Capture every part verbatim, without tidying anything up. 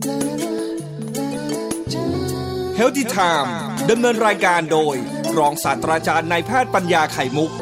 Healthy Time ดำเนินรายการโดยรองศาสตราจารย์นายแพทย์ปัญญาไข่มุก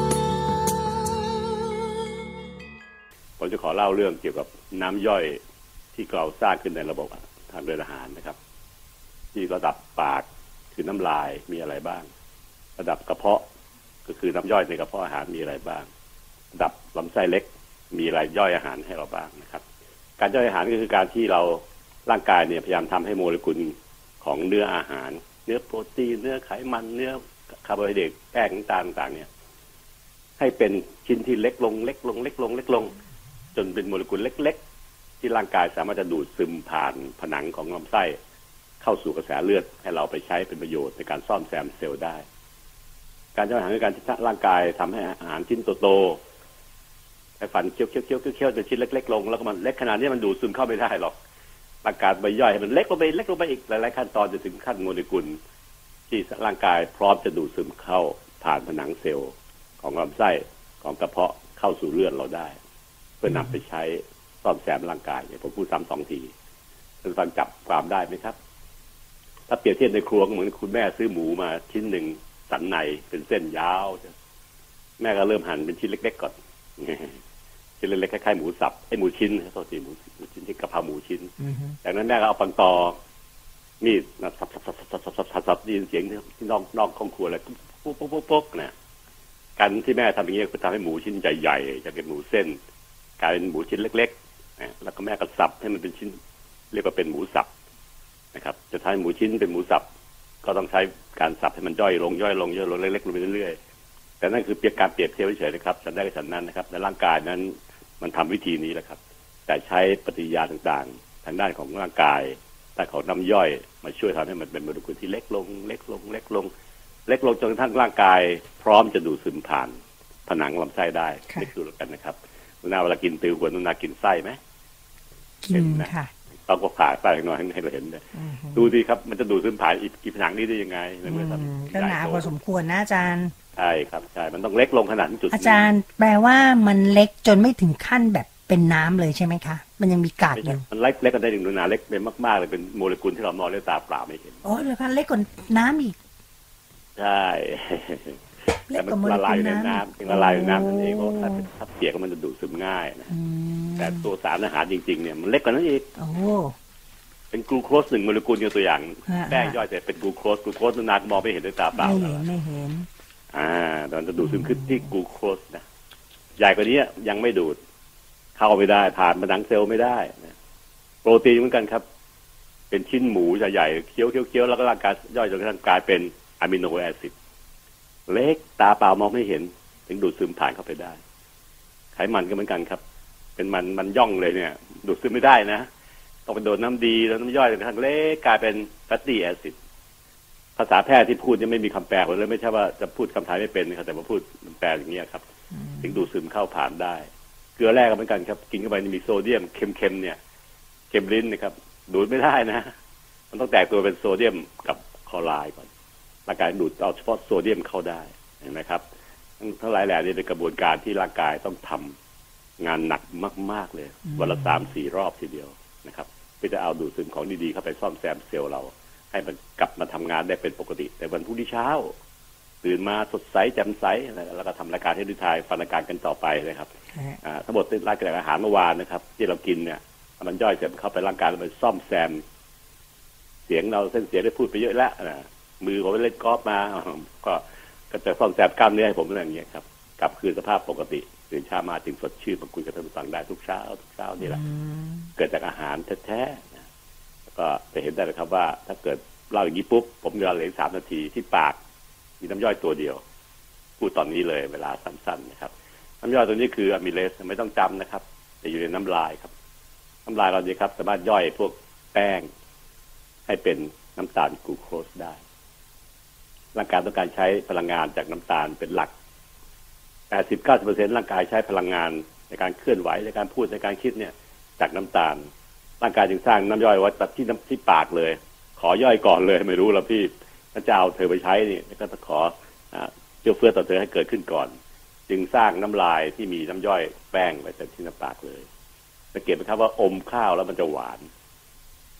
ผมจะขอเล่าเรื่องเกี่ยวกับน้ำย่อยที่เราสร้างขึ้นในระบบทางเดินอาหารนะครับที่ระดับปากคือน้ำลายมีอะไรบ้างระดับกระเพาะก็คือน้ำย่อยในกระเพาะอาหารมีอะไรบ้างระดับลำไส้เล็กมีอะไรย่อยอาหารให้เราบ้างนะครับการย่อยอาหารก็คือการที่เราร่างกายเนี่ยพยายามทำให้โมเลกุลของเนื้ออาหารเนื้อโปรตีนเนื้อไขมันเนื้อคาร์โบไฮเดรตแป้งต่างๆเนี่ยให้เป็นชิ้นที่เล็กลงเล็กลงเล็กลงเล็กลงจนเป็นโมเลกุลเล็กๆที่ร่างกายสามารถจะดูดซึมผ่านผนังของลำไส้เข้าสู่กระแสเลือดให้เราไปใช้เป็นประโยชน์ในการซ่อมแซมเซลล์ได้การย่อยอาหารคือการที่ร่างกายทำให้อาหารชิ้นโตๆให้ฟันเคี้ยวๆเคี้ยวๆเคี้ยวๆจนชิ้นเล็กๆลงแล้วก็มันเล็กขนาดนี้มันดูดซึมเข้าไม่ได้หรอกร่างกายไปย่อยให้มันเล็กลงไปเล็กลงไปอีกหลายๆขั้นตอนจะถึงขั้นโมเลกุลที่ร่างกายพร้อมจะดูดซึมเข้าผ่านผนังเซลล์ของลำไส้ของกระเพาะเข้าสู่เลือดเราได้เพื่อนำไปใช้ซ่อมแซมร่างกายผมพูดซ้ำสองทีท่านฟังจับความได้ไหมครับถ้าเปรียบเทียบในครัวเหมือนคุณแม่ซื้อหมูมาชิ้นหนึ่งสันในเป็นเส้นยาวแม่ก็เริ่มหั่นเป็นชิ้นเล็กๆก่อนชิ้นเล็กๆคล้ายๆหมูสับไอ้หมูชิ้นโทษทีหมูหมูชิ้นที่กะเพราหมูชิ้นจากนั้นแม่ก็เอาปังตอมีดนะสับสับสับสับสับสับสับได้ยินเสียงที่นอกนอกห้องครัวเลยปุ๊บปุ๊บปุ๊บปุ๊บเนี่ยการที่แม่ทำอย่างนี้ก็ทำให้หมูชิ้นใหญ่ๆจากเป็นหมูเส้นกลายเป็นหมูชิ้นเล็กๆนะแล้วก็แม่ก็สับให้มันเป็นชิ้นเรียกว่าเป็นหมูสับนะครับจะทำให้หมูชิ้นเป็นหมูสับก็ต้องใช้การสับให้มันย่อยลงย่อยลงย่อยลงเล็กๆลงไปเรื่อยๆแต่นั่นคือเปรียบการเปรียบเทียบเฉยๆนะครับฉันได้กับฉันนั้นนะครับในร่างกายนั้นมันทำวิธีนี้แหละครับแต่ใช้ปฏิกิริยาต่างๆทางด้านของร่างกายแต่ของน้ำย่อยมาช่วยทำให้มันเป็นโมเลกุลที่เล็กลงเล็กลงเล็กลงเล็กลงจนกระทั่งร่างกายพร้อมจะดูดซึมผ่านผนังลำไส้ได้เล็กดูแล้วกันนะครับนุนาเวลากินตือหัวนุนากินไส้ไหมกินค่ะต้องก็ผ่าไส้หน่อยให้เราเห็นเลยดูดีครับมันจะดูดซึมผ่านอีกผนังนี้ได้ยังไงในเมื่อทำก็หนาพอสมควรนะอาจารย์ใช่ครับใช่มันต้องเล็กลงขนาดจุดอาจารย์แปลว่ามันเล็กจนไม่ถึงขั้นแบบเป็นน้ำเลยใช่ไหมคะมันยังมีกากอยู่มันเล็กเล็กกันได้ถึงนุนาเล็กเป็นมากๆเลยเป็นโมเลกุลที่เรามองด้วยตาเปล่าไม่เห็นโอ้เหรอคะเล็กกว่าน้ำอีกใช่แต่มันละลายในน้ำละลายในน้ำนั่นเองเพราะถ้าถ้าเปียกมันจะดูดซึมง่ายนะแต่ตัวสารอาหารจริงๆเนี่ยมันเล็กกว่านั้นอีกโอ้เป็นกลูโคสหนึ่งโมเลกุลตัวอย่างแป้งย่อยแต่เป็นกลูโคสกลูโคสนุนามองไม่เห็นด้วยตาเปล่าไม่เห็นไม่เห็นอ่าตอนจะดูดซึมขึ้นที่กลูโคสนะใหญ่กว่านี้ยังไม่ดูดเข้าไม่ได้ผ่านผนังเซลล์ไม่ได้นะโปรตีนเหมือนกันครับเป็นชิ้นหมูใหญ่ๆเคี้ยวๆเคี้ยวแล้วก็ร่างกายย่อยจนกระทั่งกลายเป็นอะมิโนแอซิดเล็กตาเปล่ามองไม่เห็นถึงดูดซึมผ่านเข้าไปได้ไขมันก็เหมือนกันครับเป็นมันมันย่องเลยเนี่ยดูดซึมไม่ได้นะต้องไปโดนน้ำดีแล้วน้ำย่อยจนกระทั่งเล็กกลายเป็นแฟตตี้แอซิดภาษาแพทย์ที่พูดยังไม่มีคำแปลเลยไม่ใช่ว่าจะพูดคำไทยไม่เป็นนะครับแต่ว่าพูดแปลอย่างนี้ครับถึงดูดซึมเข้าผ่านได้เกลือแร่ก็เหมือนกันครับกินเข้าไปมีโซเดียมเค็มๆเนี่ยเค็มลิ้นนะครับดูดไม่ได้นะมันต้องแตกตัวเป็นโซเดียมกับคลอไรด์ก่อนร่างกายดูดเอาเฉพาะโซเดียมเข้าได้เห็นไหมครับทั้งหลายแหล่นี่เป็นกระบวนการที่ร่างกายต้องทำงานหนักมากๆเลยวันละสามสี่รอบทีเดียวนะครับเพื่อจะเอาดูดซึมของดีๆเข้าไปซ่อมแซมเซลล์เราให้มันกลับมาทำงานได้เป็นปกติแต่วันพรุ่งนี้เช้าตื่นมาสดใสแจ่มใสแล้วก็ทำรายการให้ดูทายฟังรายการกันต่อไปนะครับทั้งหมดเป็นรายการอาหารเมื่อวานนะครับที่เรากินเนี่ยมันย่อยเสร็จเข้าไปร่างกายเราไปซ่อมแซมเสียงเราเส้นเสียงได้พูดไปเยอะแล้วนะมือผมไปเล่นกอล์ฟมาก็ก็จะซ่อมแซมกล้ามเนื้อให้ผมอะไรอย่างเงี้ยครับกลับคืนสภาพปกติตื่นเช้ามาจึงสดชื่นมาคุยกับท่านผู้ฟังได้ทุกเช้าทุกเช้านี่แหละเกิดจากอาหารแท้ๆนะก็จะเห็นได้เลยครับว่าถ้าเกิดเล่าอย่างนี้ปุ๊บผมเวลาเหลือสามนาทีที่ปากมีน้ำย่อยตัวเดียวพูดตอนนี้เลยเวลาสั้นๆนะครับน้ำย่อยตัวนี้คืออะมิเลสไม่ต้องจำนะครับจะอยู่ในน้ำลายครับน้ำลายเราเนี่ยครับสามารถย่อยพวกแป้งให้เป็นน้ำตาลกลูโคสได้ร่างกายต้องการใช้พลังงานจากน้ำตาลเป็นหลัก แปดสิบถึงเก้าสิบเปอร์เซ็นต์ ร่างกายใช้พลังงานในการเคลื่อนไหวในการพูดในการคิดเนี่ยจากน้ำตาลร่างกายจึงสร้างน้ำย่อยไว้ที่น้ำที่ปากเลยขอย่อยก่อนเลยไม่รู้แล้วพี่พระเจ้าเธอไปใช้นี่ก็จะขอเจือเฟื้อต่อเธอให้เกิดขึ้นก่อนจึงสร้างน้ำลายที่มีน้ำย่อยแป้งไว้ที่น้ำปากเลยสังเกตไหมครับว่าอมข้าวแล้วมันจะหวาน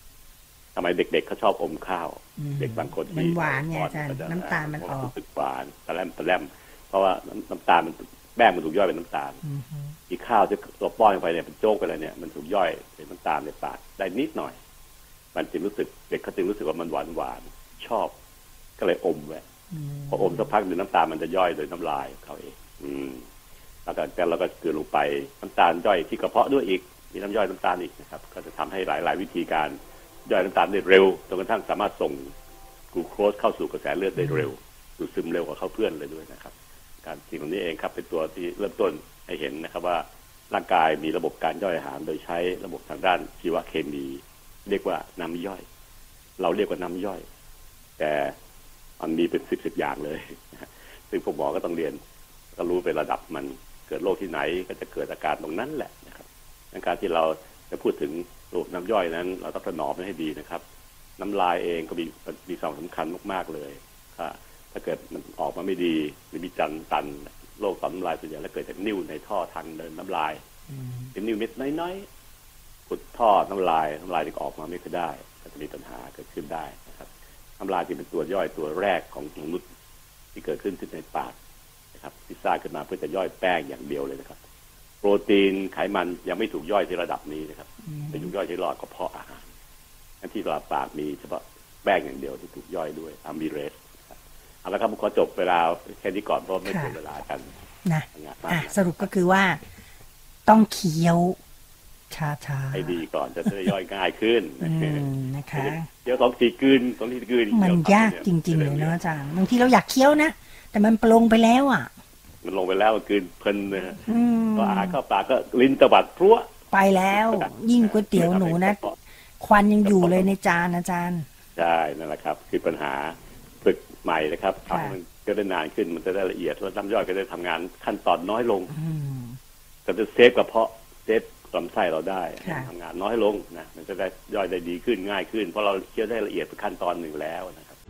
ทำไมเด็กๆเขาชอบอมข้าวเด็กบางคนที่มันหวานไงอาจารย์น้ำตาลมันออกรู้สึกหวานตะแลมตะแลมเพราะว่าน้ำตาลมันแป้งมันถูกย่อยเป็นน้ำตาลอีกข้าวที่เราป้อนเข้าไปเนี่ยเป็นโจ๊กไปเลยเนี่ยมันถูกย่อยเป็นน้ำตาลในปากได้นิดหน่อยมันจึงรู้สึกเด็กเขาจึงรู้สึกว่ามันหวานหวานชอบก็เลยอมไว้พออมสักพักหนึ่งน้ำตาลมันจะย่อยโดยน้ำลายเขาเองอืมแล้วก็แต่เราก็กลืนลงไปน้ำตาลย่อยที่กระเพาะด้วยอีกมีน้ำย่อยน้ำตาลอีกนะครับก็จะทำให้หลายๆวิธีการย่อยน้ำตาลได้เร็วจนกระทั่งสามารถส่งกลูโคสเข้าสู่กระแสเลือดได้เร็วดูดซึมเร็วกว่าเขาเพื่อนเลยด้วยนะครับการสิ่งเหล่านี้เองครับเป็นตัวที่เริ่มต้นให้เห็นนะครับว่าร่างกายมีระบบการย่อยอาหารโดยใช้ระบบทางด้านชีวเคมีเรียกว่าน้ำย่อยเราเรียกว่าน้ำย่อยแต่มันมีเป็นสิบสิบอย่างเลยซึ่งพวกหมอก็ต้องเรียนก็รู้เป็นระดับมันเกิดโรคที่ไหนก็จะเกิดอาการตรงนั้นแหละนะครับในการที่เราจะพูดถึงโรคน้ำย่อยนั้นเราต้องถนอมมันให้ดีนะครับน้ำลายเองก็มีมีความสำคัญมากๆเลยถ้าเกิดมันออกมาไม่ดีหรือมีจันตันโรคต่อมน้ำลายส่วนใหญ่แล้วเกิดจากนิ่วในท่อทางเดินน้ำลายเป็นนิ่วเม็ดน้อยๆขุดท่อน้ำลายน้ำลายจะออกมาไม่ค่อยได้ก็จะมีปัญหาเกิดขึ้นได้นะครับน้ำลายที่เป็นตัวย่อยตัวแรกของมนุษย์ที่เกิดขึ้นที่ในปากนะครับที่สร้างขึ้นมาเพื่อจะย่อยแป้งอย่างเดียวเลยนะครับโปรตีนไขมันยังไม่ถูกย่อยที่ระดับนี้นะครับจะถูกย่อยที่หลอดกระเพาะอาหารที่หลอดปากมีเฉพาะแป้งอย่างเดียวที่ถูกย่อยด้วยอะมิเรสเอาละครับผมขอจบเวลาแค่นี้ก่อนเพราะไม่ถึงเวลากันนะอ่ะสรุปก็คือว่าต้องเคี้ยวช้าๆให้ดีก่อนจะได้ย่อยง่ายขึ้นนะคะเดี๋ยวต้องตีกลืนต้องตีกลืนมันยากจริงๆเลยเนาะอาจารย์บางทีเราอยากเคี้ยวนะแต่มันปลงไปแล้วอ่ะมันลงไปแล้วมันกลืนเพลินนะฮะก็อาเข้าปากก็ลิ้นตวัดพรั่วไปแล้วยิ่งก๋วยเตี๋ยวหนูนะควันยังอยู่เลยในจานอาจารย์ใช่นั่นแหละครับคือปัญหาฝึกใหม่นะครับทำให้มันก็ได้นานขึ้นมันจะได้ละเอียดแล้วน้ำย่อยก็ได้ทำงานขั้นตอนน้อยลงก็จะเซฟกระเพาะเซฟลำไส้เราได้ทำงานน้อยลงนะมันจะได้ย่อยได้ดีขึ้นง่ายขึ้นเพราะเราเคี้ยวได้ละเอียดเป็นขั้นตอนหนึ่งแล้วนะครับ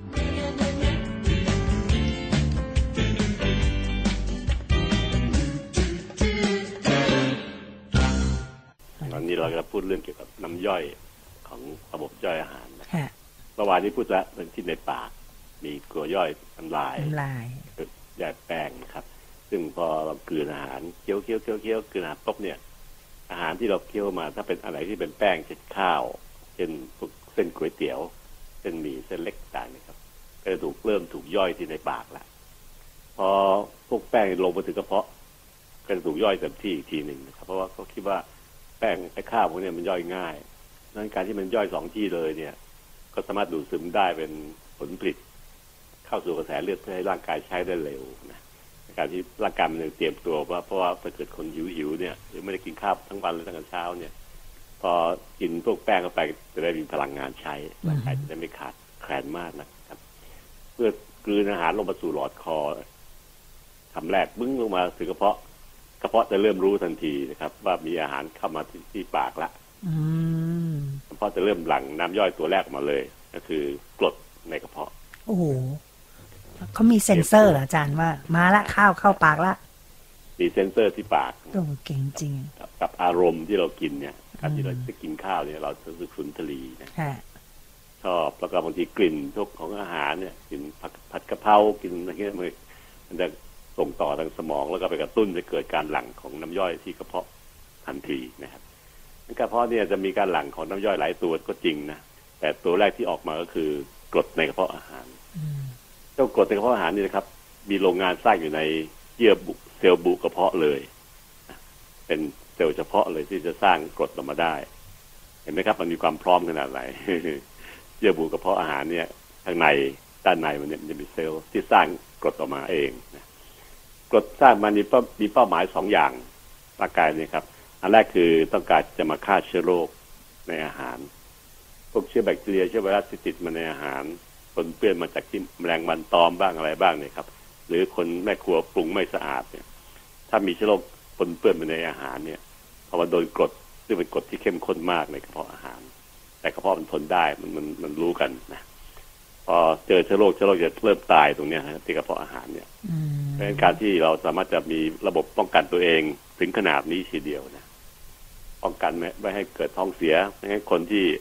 ตอนนี้เราจะพูดเรื่องเกี่ยวกับน้ำย่อยของระบบย่อยอาหารนะเมื่อวานนี้พูดแล้วเรื่องที่ในปากมีตัวย่อยน้ำลายน้ำลายแยกแป้งนะครับซึ่งพอเรากลืนอาหารเคี้ยวเคี้ยวเคี้ยวเคี้ยวกลืนอาหารปุ๊บเนี่ยอาหารที่เราเคี้ยวมาถ้าเป็นอะไรที่เป็นแป้งเช่นข้าวเช่นพวกเส้นก๋วยเตี๋ยวเส้นหมี่เส้นเล็กต่างนะครับก็จะถูกเริ่มถูกย่อยที่ในปากละพอพวกแป้งลงไปถึงกระเพาะก็จะถูกย่อยเต็มที่อีกทีหนึ่งนะครับเพราะว่าเขาคิดว่าแป้งไอ้ข้าวพวกนี้มันย่อยง่ายดังนั้นการที่มันย่อยสองที่เลยเนี่ยก็สามารถดูดซึมได้เป็นผลผลิตเข้าสู่กระแสเลือดเพื่อให้ร่างกายใช้ได้เร็วนะการที่ร่างกายมันเตรียมตัวว่าเพราะว่าถ้าเกิดคนหิวๆเนี่ยหรือไม่ได้กินข้าวทั้งวันเลยตั้งแต่เช้าเนี่ยพอกินพวกแป้งเข้าไปจะได้มีพลังงานใช้ร่างกายจะได้ไม่ขาดแคลนมากนะครับเพื่อกลืนอาหารลงมาสู่หลอดคอทำแรกบึ้งลงมาถึงกระเพาะกระเพาะจะเริ่มรู้ทันทีนะครับว่ามีอาหารเข้ามาที่ที่ปากละกระเพาะจะเริ่มหลั่งน้ำย่อยตัวแรกออกมาเลยก็คือกรดในกระเพาะโอ้โหเขามีเซ็นเซอร์เหรออาจารย์ว่ามาละข้าวเข้าปากละมีเซ็นเซอร์ที่ปากโอ้เก่งจริงกับอารมณ์ที่เรากินเนี่ยการที่เราจะกินข้าวเนี่ยเราจะรู้สึกสุนทรีนะชอบแล้วก็บางทีกลิ่นทุกของอาหารเนี่ยกินผัดผัดกะเพรากินอะไรเงี้ยมันจะส่งต่อทางสมองแล้วก็ไปกระตุ้นให้เกิดการหลั่งของน้ำย่อยที่กระเพาะทันทีนะครับกระเพาะเนี่ยจะมีการหลั่งของน้ำย่อยหลายตัวก็จริงนะแต่ตัวแรกที่ออกมาก็คือกรดในกระเพาะอาหารเจ้ากรดในกระเพาะอาหารนี่นะครับมีโรงงานสร้างอยู่ในเยื่อบุเซลล์บุกระเพาะเลยเป็นเซลล์เฉพาะเลยที่จะสร้างกรดออกมาได้เห็นไหมครับมันมีความพร้อมขนาดไหน เยื่อบุกระเพาะอาหารเนี่ยข้างในด้านในมันเนี่ยมันจะมีเซลล์ที่สร้างกรดออกมาเองนะกรดสร้างมันมีเป้ามีเป้าหมายสองอย่างร่างกายเนี่ยครับอันแรกคือต้องการจะมาฆ่าเชื้อโรคในอาหารพวกเชื้อแบคทีเรียเชื้อไวรัสที่ติดมาในอาหารปนเปื้อนมาจากที่แมลงวันตอมบ้างอะไรบ้างเนี่ยครับหรือคนแม่ครัวปรุงไม่สะอาดเนี่ยถ้ามีเชื้อโรคปนเปื้อนมาในอาหารเนี่ยพอมันโดนกรดซึ่งเป็นกรดที่เข้มข้นมากในกระเพาะอาหารแต่กระเพาะมันทนได้มันมันมันรู้กันนะพอเจอเชื้อโรคเชื้อโรคจะเริ่มตายตรงนี้นะที่กระเพาะอาหารเนี่ยเป็นการที่เราสามารถจะมีระบบป้องกันตัวเองถึงขนาดนี้ทีเดียวนะป้องกันไม่ให้เกิดท้องเสียไม่ให้คนที่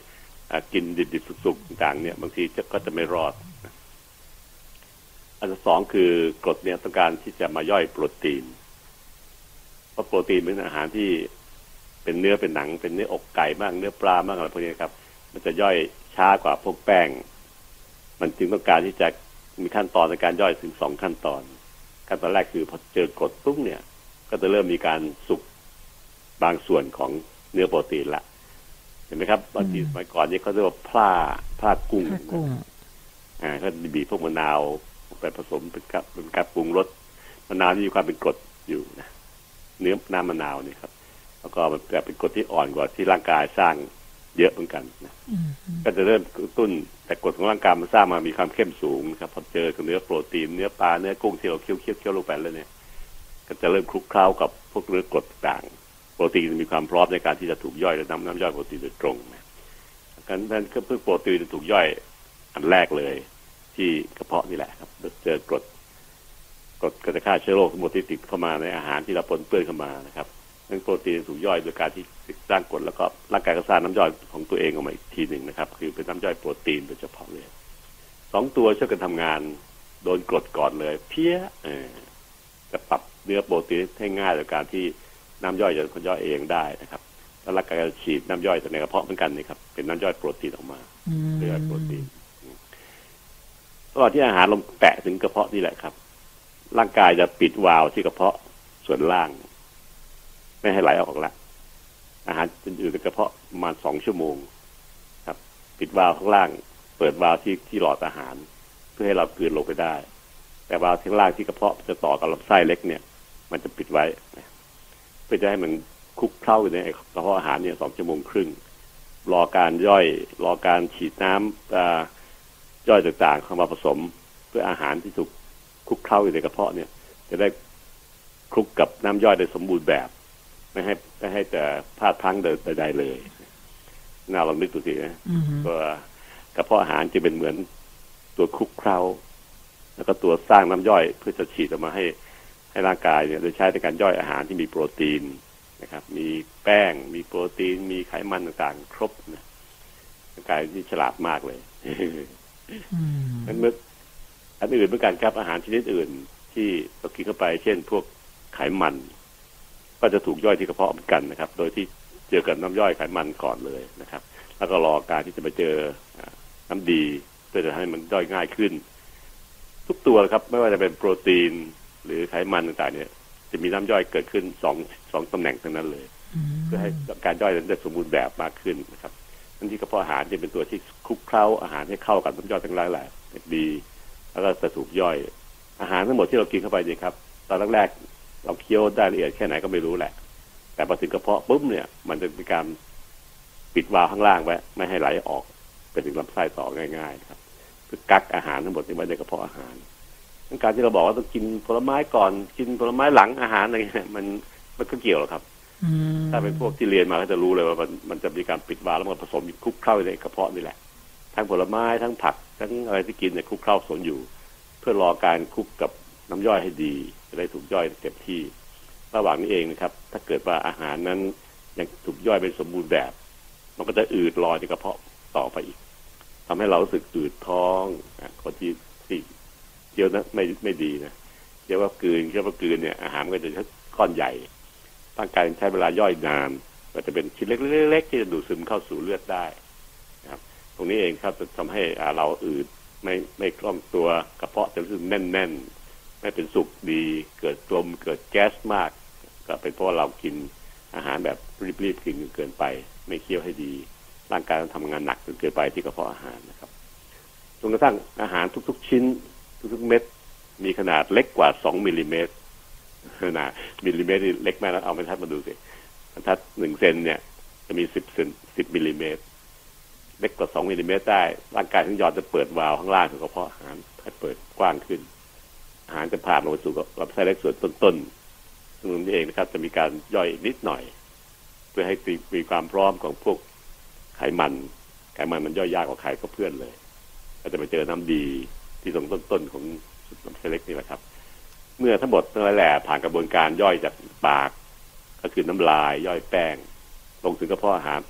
กินดิบๆสุกๆต่างๆเนี่ยบางทีก็จะไม่รอดอันที่สองคือกรดเนี่ยต้องการที่จะมาย่อยโปรตีนเพราะโปรตีนเป็นอาหารที่เป็นเนื้อเป็นหนังเป็นเนื้ออกไก่บ้างเนื้อปลาบ้างอะไรพวกนี้ครับมันจะย่อยช้ากว่าพวกแป้งมันจึงต้องการที่จะมีขั้นตอนในการย่อยถึงสองขั้นตอนขั้นตอนแรกคือพอเจอกรดปุ๊บเนี่ยก็จะเริ่มมีการสุกบางส่วนของเนื้อโปรตีนละเห็นไหมครับบางทีสมัยก่อนนี่เขาเรียกว่าพลาพลากุ้งอ่าก็บีบพวกมะนาวไปผสมเป็นกับเป็นกับปรุงรสมะนาวนี่มีความเป็นกรดอยู่นะเนื้อน้ำมะนาวนี่ครับแล้วก็มันจะเป็นกรดที่อ่อนกว่าที่ร่างกายสร้างเยอะเหมือนกันนะก็จะเริ่มกระตุ้นแต่กรดของร่างกายมันสร้างมามีความเข้มสูงนะครับพอเจอกับเนื้อโปรตีนเนื้อปลาเนื้อกุ้งที่เราเคี้ยวเคี้ยวเคี้ยวลงไปแล้วเนี่ยก็จะเริ่มคลุกเคล้ากับพวกเนื้อกรดต่างโปรตีนมีความพร้อมในการที่จะถูกย่อยและน้ำน้ำย่อยโปรตีนโดยตรงนะการนั้นก็เพื่อโปรตีนจะถูกย่อยอันแรกเลยที่กระเพาะนี่แหละครับเจอกรดกรดก็จะฆ่าเชื้อโรคทั้งหมดที่ติดเข้ามาในอาหารที่เราปนเปื้อนเข้ามานะครับนั้นโปรตีนถูกย่อยโดยการที่สร้างกรดแล้วก็ร่างกายก็สร้างน้ำย่อยของตัวเองออกมาอีกทีหนึ่งนะครับคือเป็นน้ำย่อยโปรตีนโดยเฉพาะเลยสองตัวช่วยกันทำงานโดนกรดก่อนเลยเพี้ยจะปรับเนื้อโปรตีนให้ง่ายโดยการที่น้ำย่อยจะย่อยเองได้นะครับแล้วร่างกายจะฉีดน้ำย่อยจากในกระเพาะเหมือนกันนี่ครับเป็นน้ำย่อยโปรตีนออกมาเนื้อโปรตีนตอนที่อาหารลงแตะถึงกระเพาะนี่แหละครับร่างกายจะปิดวาล์วที่กระเพาะส่วนล่างไม่ให้ไหลออกละอาหารจะอยู่ในกระเพาะประมาณสองชั่วโมงครับปิดวาล์วข้างล่างเปิดวาล์วที่ที่หลอดอาหารเพื่อให้เรากลืนลงไปได้แต่วาล์วที่ล่างที่กระเพาะจะต่อกับลำไส้เล็กเนี่ยมันจะปิดไว้เพื่อจะให้มันคลุกเคล้าอยู่ในกระเพาะอาหารเนี่ยสองชั่วโมงครึ่งรอการย่อยรอการฉีดน้ำย่อยต่างๆเข้ามาผสมเพื่ออาหารที่ถูกคลุกเคล้าอยู่ในกระเพาะเนี่ยจะได้คลุกกับน้ำย่อยได้สมบูรณ์แบบไม่ให้ไม่ให้แต่พลาดพลั้งใดๆเลยน่าลองนึกดูสินะตัวกระเพาะอาหารจะเป็นเหมือนตัวคลุกเคล้าแล้วก็ตัวสร้างน้ำย่อยเพื่อจะฉีดออกมาให้ให้ร่างกายเนี่ยโดยใช้ในการย่อยอาหารที่มีโปรตีนนะครับมีแป้งมีโปรตีนมีไขมันต่างๆครบนะร่างกายที่ฉลาดมากเลยอันเมื่ออันอื่นเหมือนกันครับอาหารชนิดอื่นที่เรากินเข้าไปเช่นพวกไขมันก็จะถูกย่อยที่กระเพาะเหมือนกันนะครับโดยที่เจอกับน้ำย่อยไขมันก่อนเลยนะครับแล้วก็รอการที่จะไปเจอน้ำดีเพื่อจะให้มันย่อยง่ายขึ้นทุกตัวครับไม่ว่าจะเป็นโปรตีนหรือไขมันต่างๆเนี่ยจะมีน้ำย่อยเกิดขึ้นสองสองตำแหน่งทั้งนั้นเลยเพื่อให้การย่อยนั้นได้สมบูรณ์แบบมากขึ้นนะครับนั่นที่กระเพาะอาหารจะเป็นตัวที่คลุกเคล้าอาหารให้เข้ากับน้ำย่อยทั้งหลายแหละดีแล้วก็จะถูกย่อยอาหารทั้งหมดที่เรากินเข้าไปเนี่ยครับตอนแรกๆเราเคี้ยวได้ละเอียดแค่ไหนก็ไม่รู้แหละแต่พอถึงกระเพาะปุ๊บเนี่ยมันจะมีการปิดวาล์วข้างล่างไว้ไม่ให้ไหลออกไปถึงลำไส้ต่อง่ายๆครับเพื่อกักอาหารทั้งหมดที่ไว้ในกระเพาะอาหารการที่เราบอกว่าต้องกินผลไม้ก่อนกินผลไม้หลังอาหารอะไรเงี้ยมันมันก็เกี่ยวหรอครับถ้าเป็นพวกที่เรียนมาก็จะรู้เลยว่ามันมันจะมีการปิดวาล์วแล้วมันผสมคลุกเคล้าในกระเพาะนี่แหละทั้งผลไม้ทั้งผักทั้งอะไรที่กินเนี่ยคลุกเคล้าผสมอยู่เพื่อรอการคลุกกับน้ำย่อยให้ดีจะได้ถูกย่อยเต็มที่ระหว่างนี้เองนะครับถ้าเกิดว่าอาหารนั้นยังถูกย่อยเป็นสมบูรณ์แบบมันก็จะอืดลอยในกระเพาะต่อไปอีกทำให้เรารู้สึกอืดท้องคนที่ที่เคี้ยวนะไม่ไม่ดีนะเรียกว่ากลืนเคี้ยวว่ากลืนเนี่ยอาหารมันก็จะก้อนใหญ่ร่างกายใช้เวลาย่อยนานก็จะเป็นชิ้นเล็กๆที่จะดูดซึมเข้าสู่เลือดได้นะครับตรงนี้เองครับจะทำให้เราอืดไม่ไม่คล่องตัวกระเพาะจะรู้สึกแน่นๆไม่เป็นสุกดีเกิดกลมเกิดแก๊สมากก็เป็นเพราะเรากินอาหารแบบรีบๆกินเกินไปไม่เคี้ยวให้ดีร่างกายต้องทำงานหนักจนเกินไปที่กระเพาะอาหารนะครับจนกระทั่งอาหารทุกๆชิ้นทุกๆเม็ดมีขนาดเล็กกว่าสองมิลลิเมตรนะมิลลิเมตรนี่เล็กมากแล้วเอาบรรทัดมาดูสิบรรทัดหนึ่งเซนเนี่ยจะมีสิบเซนสิบมิลลิเมตรเล็กกว่าสองมิลลิเมตรได้ร่างกายทั้งยอดจะเปิดวาล์วข้างล่างของกระเพาะอาหารให้เปิดกว้างขึ้นอาหารจะผ่านลงไปสู่ลำไส้เล็กส่วนต้นๆตรงนี้เองนะครับจะมีการย่อยนิดหน่อยเพื่อให้มีความพร้อมของพวกไขมันไขมันมันย่อยยากกว่าไขก็เพื่อนเลยก็จะไปเจอน้ำดีที่ตรงต้นๆของลำไส้เล็กนี่แหละครับเมื่อทั้งหมดทั้งหลายแหล่ผ่านกระบวนการย่อยจากปากก็คือน้ำลายย่อยแป้งลงถึงกระเพาะอาหารปั๊บ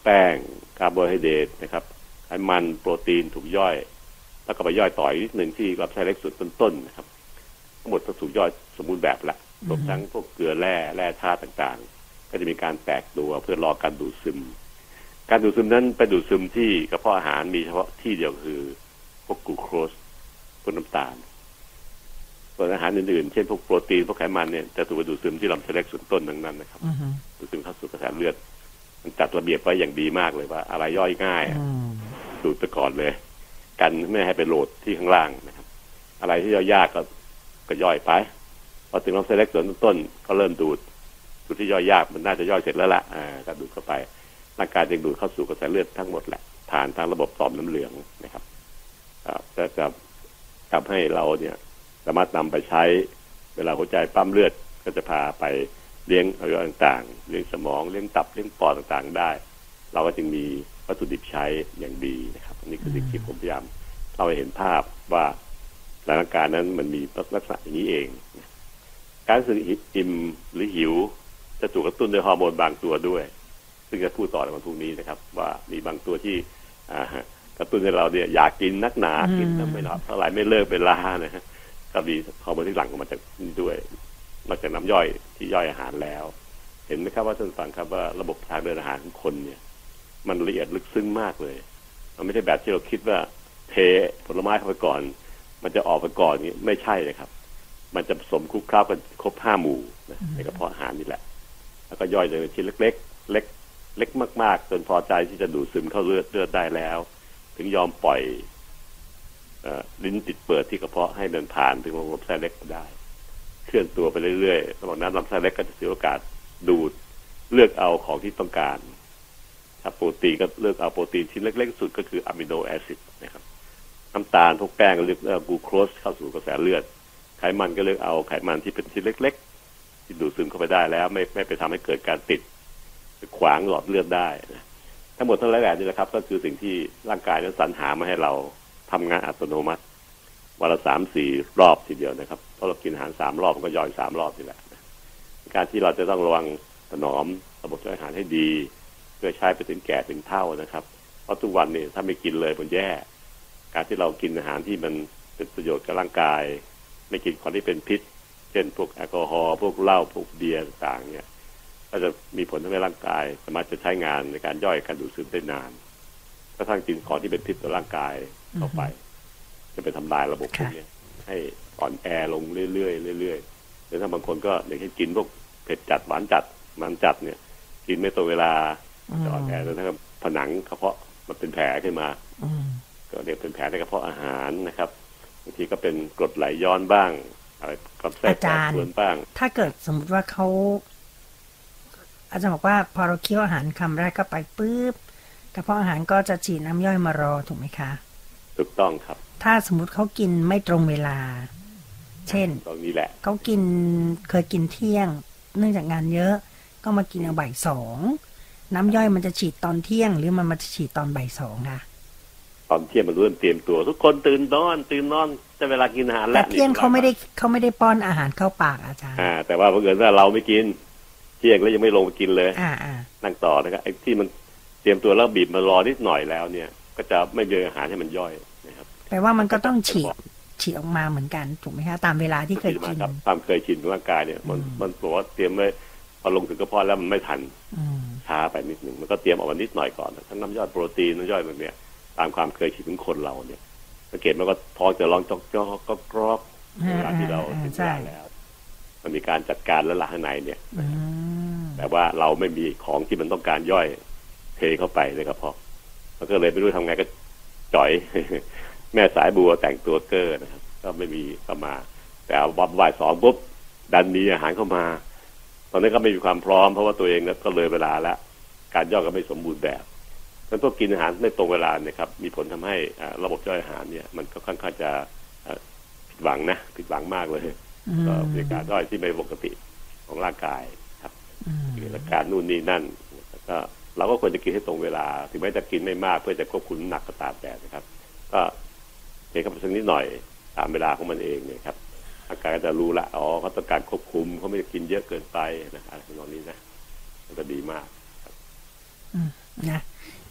แป้งคาร์โบไฮเดรตนะครับไขมันโปรตีนถูกย่อยแล้วก็ไปย่อยต่ออีกนิดหนึ่งที่ลำไส้เล็กสุดต้นๆนะครับทั้งหมดก็ถูกย่อยสมบูรณ์แบบละรวมทั้งพวกเกลือแร่แร่ธาตุต่างๆก็จะมีการแตกตัวเพื่อรอการดูดซึมการดูดซึมนั้นไปดูดซึมที่กระเพาะอาหารมีเฉพาะที่เดียวคือพวกกลูโคสพวกน้ำตาลส่วนอาหารอื่นๆเช่นพวกโปรตีนพวกไขมันเนี่ยจะถูกไปดูดซึมที่ลำไส้เล็กส่วนต้นทั้งนั้นนะครับดูดซึมเข้าสู่กระแสเลือดมันจัดระเบียบไว้อย่างดีมากเลยว่าอะไรย่อยง่ายดูดไปก่อนเลยกันไม่ให้ไปโหลดที่ข้างล่างนะครับอะไรที่ย่อยยากก็ก็ย่อยไปพอถึงลำไส้เล็กส่วนต้นก็เริ่มดูดดูดที่ย่อยยากมันน่าจะย่อยเสร็จแล้วล่ะอ่าก็ดูดเข้าไปร่างกายจึงดูดเข้าสู่กระแสเลือดทั้งหมดแหละผ่านทางระบบต่อมน้ำเหลืองนะครับก็จะทำให้เราเนี่ยสามารถนำไปใช้เวลาหัวใจปั๊มเลือดก็จะพาไปเลี้ยงอวัยวะต่างๆเลี้ยงสมองเลี้ยงตับเลี้ยงปอดต่างๆได้เราก็จึงมีวัตถุดิบใช้อย่างดีนะครับอันนี้คือสิ่งที่ผมพยายามเล่าให้เห็นภาพว่าสถานการณ์นั้นมันมีลักษณะอย่างนี้เองการรู้สึกอิ่มหรือหิวจะถูกกระตุ้นด้วยฮอร์โมนบางตัวด้วยซึ่งจะพูดต่อในวันพรุ่งนี้นะครับว่ามีบางตัวที่กระตุ้นให้เราเนี่ยอยากกินนักหนากินไม่หลับเท่าไหร่ไม่เลิกเวลานะฮะก็มีฮอร์โมนที่หลั่งออกมาจากนี่ด้วยนอกจากน้ำย่อยที่ย่อยอาหารแล้วเห็นไหมครับว่าท่านฟังครับว่าระบบทางเดินอาหารของคนเนี่ยมันละเอียดลึกซึ้งมากเลยมันไม่ใช่แบบที่เราคิดว่าเทผลไม้เข้าไปก่อนมันจะออกไปก่อนนี้ไม่ใช่เลยครับมันจะผสมคลุกเคล้ากันครบห้าหมู่ในกระเพาะอาหารนี่แหละแล้วก็ย่อยเป็นชิ้นเล็กๆเล็กเล็กมากๆจนพอใจที่จะดูดซึมเข้าเลือดเลือดได้แล้วถึงยอมปล่อยลิ้นติดเปิดที่กระเพาะให้เดินผ่านถึงลำไส้เล็กได้เคลื่อนตัวไปเรื่อยๆระหว่างนั้นลำไส้เล็กก็จะเสียโอกาสดูดเลือกเอาของที่ต้องการถ้าโปรตีนก็เลือกเอาโปรตีนชิ้นเล็กๆสุดก็คืออะมิโนแอซิดนะครับน้ำตาลพวกแป้งก็เลือกเอากลูโคสเข้าสู่กระแสเลือดไขมันก็เลือกเอาไขมันที่เป็นชิ้นเล็กๆที่ดูดซึมเข้าไปได้แล้วไม่ไม่ไปทำให้เกิดการติดขวางหลอดเลือดได้นะทั้งหมดทั้งหลายแหล่นี่แหละครับก็คือสิ่งที่ร่างกายนั้นสรรหามาให้เราทำงานอัตโนมัติวันละสามสี่รอบทีเดียวนะครับเพราะเรากินอาหารสามรอบมันก็ย่อยสามรอบนี่แหละการที่เราจะต้องระวังถนอมระบบย่อยอาหารให้ดีเพื่อใช้ไปถึงแก่ถึงเฒ่านะครับเพราะทุกวันนี้ถ้าไม่กินเลยมันแย่การที่เรากินอาหารที่มันเป็นประโยชน์กับร่างกายไม่กินของที่เป็นพิษเช่นพวกแอลกอฮอล์พวกเหล้าพวกเบียร์ต่างๆเนี่ยก็จะมีผลทำให้ร่างกายสามารถจะใช้งานในการย่อยการดูดซึมได้นานกระทั่งกินของที่เป็นพิษต่อร่างกายเข้าไปจะไปทำลายระบบพวกนี้ให้อ่อนแอลงเรื่อยๆเรื่อยๆแล้วถ้าบางคนก็อย่างเช่นกินพวกเผ็ดจัดหวานจัดมันจัดเนี่ยกินไม่ตรงเวลาจะอ่อนแอแล้วถ้าผนังกระเพาะมันเป็นแผลขึ้นมาก็เรียกเป็นแผลในกระเพาะอาหารนะครับบางทีก็เป็นกรดไหลย้อนบ้างอะไรกับแทรกแทรกส่วนบ้างถ้าเกิดสมมติว่าเขาอาจารย์บอกว่าพอเราเคี้ยวอาหารคำแรกเข้าไปปุ๊บกระเพาะอาหารก็จะฉีดน้ำย่อยมารอถูกไหมคะถูกต้องครับถ้าสมมุติเขากินไม่ตรงเวลาเช่นตรงนี้แหละเขากินเคยกินเที่ยงเนื่องจากงานเยอะก็มากินเอาบ่ายสองน้ำย่อยมันจะฉีดตอนเที่ยงหรือมันมาฉีดตอนบ่ายสองคะตอนเที่ยงมันเริ่มเตรียมตัวทุกคนตื่นนอนตื่นนอนจะเวลากินอาหารแล้วแต่เที่ยงเขาไม่ได้เขาไม่ได้ป้อนอาหารเข้าปากอาจารย์อ่าแต่ว่าเผอิญว่าเราไม่กินเที่ยงแล้วยังไม่ลงไปกินเลยอ่านั่งต่อนะครับไอ้ที่มันเตรียมตัวแล้วบีบมารอนิดหน่อยแล้วเนี่ยก็จะไม่มีอาหารให้มันย่อยนะครับแปลว่ามันก็ต้องฉีดฉีดออกมาเหมือนกันถูกไหมคะตามเวลาที่เคยกินความเคยชินของร่างกายเนี่ยมันมันบอกว่าเตรียมไว้พอลงถึงกระเพาะแล้วมันไม่ทันช้าไปนิดหนึ่งมันก็เตรียมออกมานิดหน่อยก่อนทั้งน้ำย่อยโปรตีนน้ำย่อยแบบเนี้ยตามความเคยชินของคนเราเนี่ยสังเกตมันก็ท้องจะร้องจอกจอกก็กรอบเวลาที่เรากินยาแล้วมันมีการจัดการแล้วล่ะข้างในเนี่ยแต่ว่าเราไม่มีของที่มันต้องการย่อยเทเข้าไปในกระเพาะมันก็เลยไม่รู้ทำไงก็จ่อยแม่สายบัวแต่งตัวเกอร์นะครับก็ไม่มีเข้ามาแต่วันบ่ายสองปุ๊บดันมีอาหารเข้ามาตอนนี้ก็ไม่มีความพร้อมเพราะว่าตัวเองก็เลยเวลาแล้วการย่อยก็ไม่สมบูรณ์แบบมันต้องกินอาหารไม่ตรงเวลาเนี่ยครับมีผลทำให้ระบบย่อยอาหารเนี่ยมันก็ค่อนข้างจะผิดหวังนะผิดหวังมากเลยก็มีการย่อยที่ไม่ปกติของร่างกายครับอาการนู่นนี่นั่นก็เราก็ควรจะกินให้ตรงเวลาถึงแม้จะกินไม่มากเพื่อจะควบคุมหนักก็ตามแต่นะครับก็เทเข้าไปสักนิดหน่อยตามเวลาของมันเองเนี่ยครับร่างกายก็จะรู้ละอ๋อเขาต้องการควบคุมเขาไม่ได้กินเยอะเกินไปนะอะไรแบบนี้นะมันจะดีมากนะ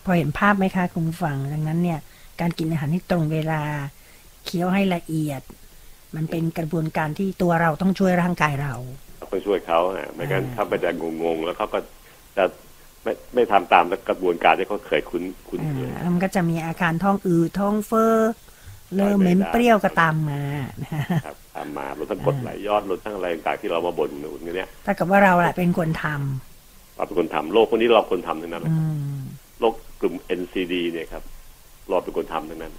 พอเห็นภาพไหมคะคุณผู้ฟังดังนั้นเนี่ยการกินอาหารที่ตรงเวลาเคี้ยวให้ละเอียดมันเป็นกระบวนการที่ตัวเราต้องช่วยร่างกายเราต้องช่วยเขาอ่ะไม่งั้นเขาไปจะงงๆแล้วเขาก็จะไม่ไม่ทำตามกระบวนการที่เขาเคยคุ้นคุ้นเคยมันก็จะมีอาการท้องอืดท้องเฟ้อเริ่มเหม็นเปรี้ยวก็ตามมาครับตามมาลดทั้งกรดไหลย้อนลดทั้งอะไรต่างๆที่เรามาบ่นอยู่เนี้ยถ้ากับว่าเราแหละเป็นคนทำเราเป็นคนทำโรคพวกนี้เราคนทำทั้งนั้นเลยโรคกลุ่ม เอ็น ซี ดี เนี่ยครับเราเป็นคนทำทั้งนั้น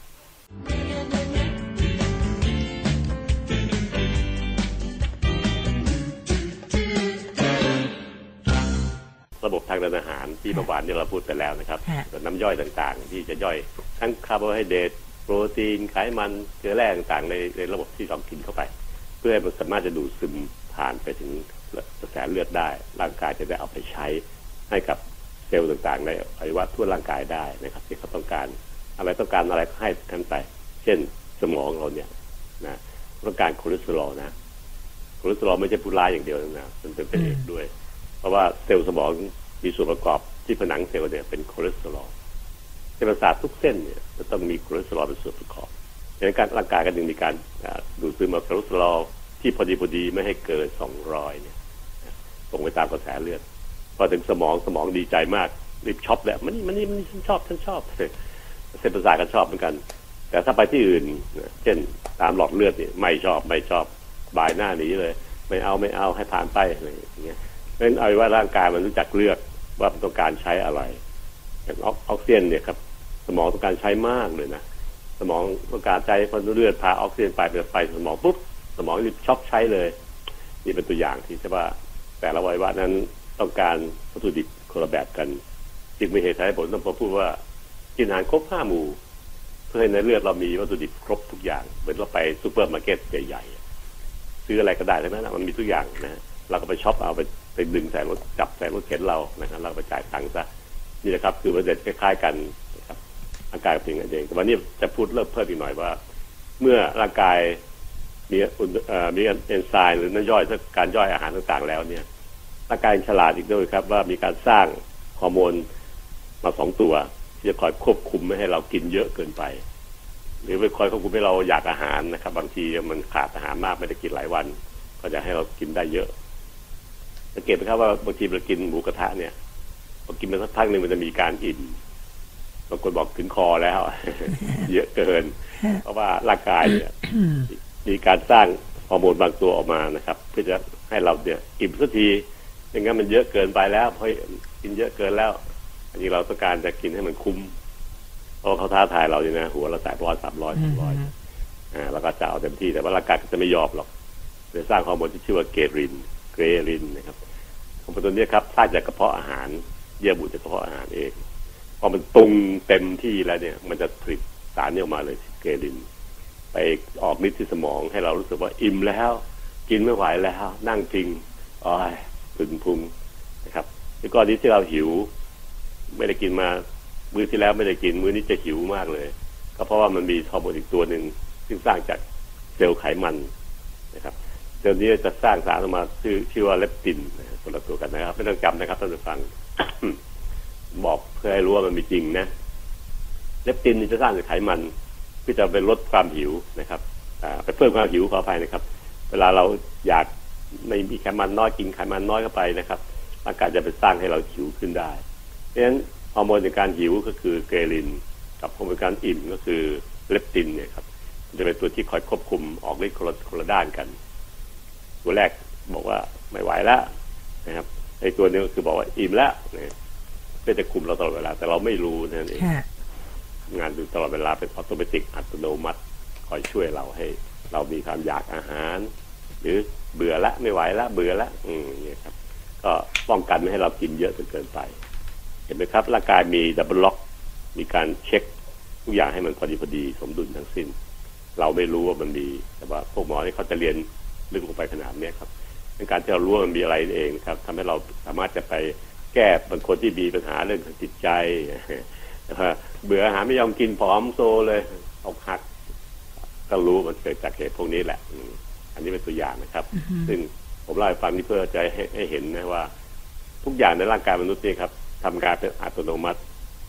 ระบบทางเดินอาหารที่เมื่อวานนี้เราพูดไปแล้วนะครับน้ำย่อยต่างๆที่จะย่อยทั้งคาร์โบไฮเดรตโปรตีนไขมันเกลือแร่ต่างๆในในระบบที่เรากินเข้าไปเพื่อให้มันสามารถจะดูดซึมผ่านไปถึงกระแสเลือดได้ร่างกายจะได้เอาไปใช้ให้กับเซลล์ต่างๆในอวัยวะทั่วร่างกายได้นะครับที่เขาต้องการอะไรต้องการอะไรก็ให้กันไปเช่นสมองเราเนี่ยนะต้องการคอเลสเตอรอลนะคอเลสเตอรอลไม่ใช่ผู้ร้ายอย่างเดียวนะมันเป็นเป็นเอกด้วยเพราะว่าเซลล์สมองมีส่วนประกอบที่ผนังเซลล์เนี่ยเป็นคอเลสเตอรอลเส้นประสาททุกเส้นเนี่ยจะต้องมีคอเลสเตอรอลเป็นส่วนประกอบดังนั้นการร่างกายก็จึงมีการดูดซึมคอเลสเตอรอลที่พอดีพอดีไม่ให้เกินสองร้อยเนี่ยส่งไปตามกระแสเลือดพอถึงสมองสมองดีใจมากรีบช็อปแหละมันนี่มันนี่มันฉันชอบฉันชอบเส้นประสาทก็ชอบเหมือนกันแต่ถ้าไปที่อื่นเช่นตามหลอดเลือดเนี่ยไม่ชอบไม่ชอบบายหน้าหนีเลยไม่เอาไม่เอาให้ผ่านไปอะไรอย่างเงี้ยเพราะฉะนั้นเอาไว้ร่างกายมันรู้จักเลือกว่ามันต้องการใช้อะไรอย่างออกซิเจนเนี่ยครับสมองต้องการใช้มากเลยนะสมองต้องการใช้พอเลือดพาออกซิเจนไปไปไปสมองปุ๊บสมองรีบช็อปใช้เลยนี่เป็นตัวอย่างที่ใช่ว่าแต่ละอวัยวะนั้นต้องการวัตถุดิบคนละแบบกันจึงมีเหตุให้ผมต้องพูดว่ากินอาหารครบห้าหมู่เพื่อให้ในเลือดเรามีวัตถุดิบครบทุกอย่างเหมือนเราไปซูเปอร์มาร์เก็ตใหญ่ๆซื้ออะไรก็ได้ทั้งนั้นมันมีทุกอย่างนะเราก็ไปช็อปเอาไปไปดึงใส่รถจับใส่รถเข็นเรานะครับเราไปจ่ายตังค์ซะนี่แหละครับคือประเด็นคล้ายๆกันนะครับร่างกายเป็นอย่างเองแต่วันนี้จะพูดเริ่มเพิ่มอีกหน่อยว่าเมื่อร่างกายมีมีเอนไซม์หรือน้ำย่อยการย่อยอาหารต่างๆแล้วเนี่ยร่างกายฉลาดอีกด้วยครับว่ามีการสร้างฮอร์โมนมาสองตัวที่จะคอยควบคุมไม่ให้เรากินเยอะเกินไปหรือไปคอยควบคุมให้เราอยากอาหารนะครับบางทีมันขาดอาหารมากไม่ได้กินหลายวันก็จะให้เรากินได้เยอะสังเกตไหมครับว่าบางทีเรากินหมูกระทะเนี่ยพอกินไปสักพักหนึ่งมันจะมีการอิ่มบางคนบอกถึงคอแล้ว เยอะเกินเพราะว่าร่างกายเนี่ย มีการสร้างฮอร์โมนบางตัวออกมานะครับเพื่อจะให้เราเนี่ยอิ่มสักทีไม่งั้นมันเยอะเกินไปแล้วเพราะกินเยอะเกินแล้วอันนี้เราต้องการจะกินให้มันคุ้มเพราะเขาท้าทายเราเนี่ยนะหัวเราแตะร้อยสามร้อยสามร้อยอ่าแล้วก็จะเอาเต็มที่แต่ว่าร่างกายก็จะไม่ยอมหรอกจะสร้างฮอร์โมนที่ชื่อว่าเกรินเกรินนะครับฮอร์โมนตัวนี้ครับสร้างจากกระเพาะอาหารเยื่อบุจากกระเพาะอาหารเองพอมันตุงเต็มที่แล้วเนี่ยมันจะผลิตสารนี้ออกมาเลยเกรินไปออกฤทธิ์ที่สมองให้เรารู้สึกว่าอิ่มแล้วกินไม่ไหวแล้วนั่งพิงอ้อยพึงพุงนะครับแล้วก็นี้ที่เราหิวไม่ได้กินมามื้อที่แล้วไม่ได้กินมื้อนี้จะหิวมากเลยก็เพราะว่ามันมีฮอร์โมนอีกตัวหนึ่งซึ่งสร้างจากเซลล์ไขมันนะครับเซลล์นี้จะสร้างสารออกมาชื่อชื่อว่าเลปตินคนละตัวกันนะครับไม่ต้องจำนะครับท่านผู้ฟัง บอกเพื่อให้รู้ว่ามันมีจริงนะเลปตินนี่จะสร้างจากไขมันเพื่อจะไปลดความหิวนะครับไปเพิ่มความหิวขออภัยนะครับเวลาเราอยากไม่มีไขมันน้อยกินไขมันน้อยเข้าไปนะครับร่างกายจะไปสร้างให้เราหิวขึ้นได้เพราะฉะนั้นฮอร์โมนในการหิวก็คือเกเรนกับฮอร์โมนการอิ่มก็คือเลปตินเนี่ยครับจะเป็นตัวที่คอยควบคุมออกฤทธิ์คนละด้านกันตัวแรกบอกว่าไม่ไหวแล้วนะครับไอ้ตัวนี้ก็คือบอกว่าอิ่มแล้วเนี่ยเพื่อจะคุมเราตลอดเวลาแต่เราไม่รู้นั่นเองงานดูตลอดเวลาเป็นออโตเมติกอัตโนมัติคอยช่วยเราให้เรามีความอยากอาหารหรือเบื่อละไม่ไหวละเบื่อละอืมเนี่ยครับก็ป้องกันไม่ให้เรากินเยอะจนเกินไปเห็นไหมครับร่างกายมีดับเบิลล็อกมีการเช็คทุกอย่างให้มันพอดีพอดีสมดุลทั้งสิ้นเราไม่รู้ว่ามันมีแต่ว่าพวกหมอที่เขาจะเรียนลึกลงไปขนาดนี้ครับในการที่เรารู้ว่ามันมีอะไรเองครับทำให้เราสามารถจะไปแก้บางคนที่มีปัญหาเรื่องทางจิตใจเบื่ออาหารไม่ยอมกินผอมโซเลยอกหักก็รู้มันเกิดจากเหตุพวกนี้แหละอันนี้เป็นตัวอย่างนะครับ uh-huh. ซึ่งผมเล่าให้ฟังนี่เพื่อจะให้ให้เห็นนะว่าทุกอย่างในร่างกายมนุษย์นี่ครับทำงานเป็นอัตโนมัติ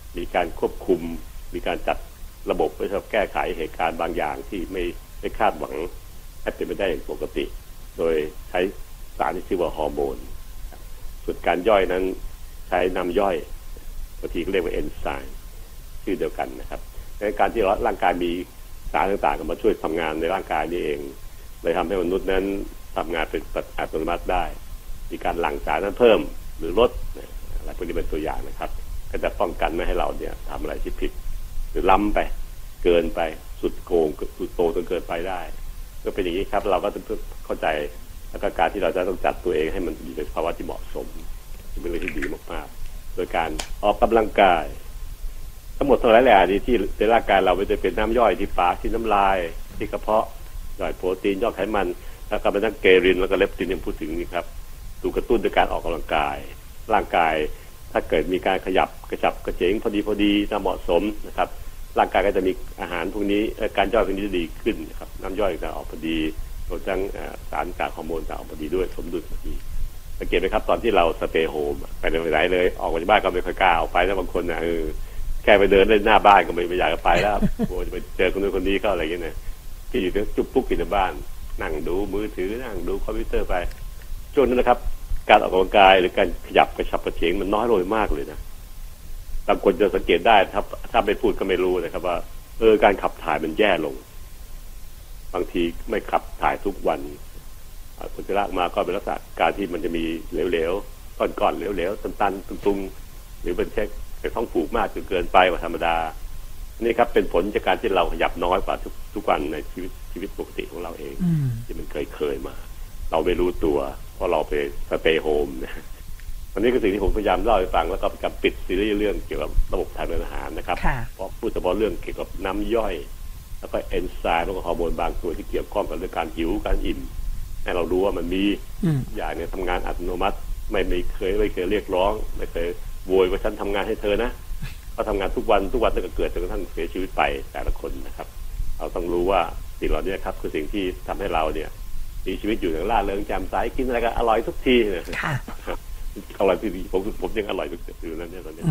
มีการควบคุมมีการจัดระบบเพื่อแก้ไขเหตุการณ์บางอย่างที่ไม่ไม่คาดหวังให้เป็นไปได้อย่างปกติโดยใช้สารที่ชื่อว่าฮอร์โมนส่วนการย่อยนั้นใช้น้ำย่อยบางทีก็เรียกว่าเอนไซม์ชื่อเดียวกันนะครับในการที่ร่างกายมีสารต่างๆมาช่วยทำงานในร่างกายนี่เองเลยทำให้มนุษย์นั้นทำงานเป็นอัตโนมัติได้มีการหลั่งสารนั้นเพิ่มหรือลดอะไรพวกนี้เป็นตัวอย่างนะครับก็จะป้องกันไม่ให้เราเนี่ยทำอะไรที่ผิดหรือล้ำไปเกินไปสุดโกงสุดโตจนเกินไปได้ก็เป็นอย่างนี้ครับเราก็ต้องเข้าใจแล้วก็การที่เราจะต้องจัดตัวเองให้มันอยู่ในภาวะที่เหมาะสมเป็นเรื่องที่ดีมากๆโดยการออกกำลังกายทั้งหมดทั้งหลายแหล่นี้ที่ในร่างกายเราไม่จะเป็นน้ำย่อยที่ปากที่น้ำลายที่กระเพาะย่อยโปรตีนย่อยไขมันแล้วก็เป็นทั้งเกรินแล้วก็เลปตินที่พูดถึงนี่ครับถูกกระตุ้นด้วยการออกกำลังกายร่างกายถ้าเกิดมีการขยับกระฉับกระเฉงพอดีพอดีตามเหมาะสมนะครับร่างกายก็จะมีอาหารพวกนี้การย่อยพวกนี้จะดีขึ้นนะครับน้ำย่อยจะออกพอดีรวมทั้งสารจากฮอร์โมนจะออกพอดีด้วยสมดุลพอดีสังเกตไหมครับตอนที่เราสเตย์โฮมไปไหนเลยออกมาจากบ้านก็ไม่ค่อยกล้าออกไปแล้วบางคนนะเออแค่ไปเดินเล่นหน้าบ้านก็ไม่อยากจะไปแล้วโอ้จะไปเจอคนนู้นคนนี้ก็อะไรอย่างเงี้ยที่อยู่จุ๊บปุ๊กอยู่ในบ้านนั่งดูมือถือนั่งดูคอมพิวเตอร์ไปช่วงนั้นนะครับการออกกำลังกายหรือการขยับกระฉับกระเฉงมันน้อยลงมากเลยนะบางคนจะสังเกตได้ถ้าถ้าไม่พูดก็ไม่รู้นะครับว่าเออการขับถ่ายมันแย่ลงบางทีไม่ขับถ่ายทุกวันอุจจาระมาก็เป็นลักษณะการที่มันจะมีเหลวๆก้อนๆเหลวๆตันๆตุงๆหรือเป็นเช็คเป็นท้องผูกมากจนเกินไปกว่าธรรมดานี่ครับเป็นผลจากการที่เราขยับน้อยกว่าทุกทุกวันในชีวิตชีวิตปกติของเราเองที่มันเคยเคยมาเราไม่รู้ตัวเพราะเราไปสเตย์โฮมนะวันนี้ก็สิ่งที่ผมพยายามเล่าให้ฟังแล้วก็การปิดซีรีส์เรื่องเกี่ยวกับระบบทางเดินอาหารนะครับเพราะพูดเฉพาะเรื่องเกี่ยวกับน้ำย่อยแล้วก็เอนไซม์แล้วก็ฮอร์โมนบางตัวที่เกี่ยวข้องกับเรื่องการหิวการอิ่มให้เรารู้ว่ามันมีอย่างเนี่ยทำงานอัตโนมัติไม่ไม่เคยไม่เคยเรียกร้องไม่เคยโวยว่าฉันทำงานให้เธอนะเขาทำงานทุกวันทุกวันตั้งแต่เกิดจนกระทั่งเสียชีวิตไปแต่ละคนนะครับเราต้องรู้ว่าสิ่งเหล่านี้ครับคือสิ่งที่ทำให้เราเนี่ยมีชีวิตอยู่อย่างล่าเริงแจ่มใสกินอะไรก็อร่อยทุกทีค่ะอร่อยที่ดีผมผมยังอร่อยทุกทีนั่นเนี่ยตอนนี้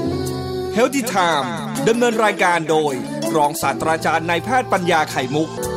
Healthy Time ดำเนินรายการโดยรองศาสตราจารย์นายแพทย์ปัญญาไข่มุก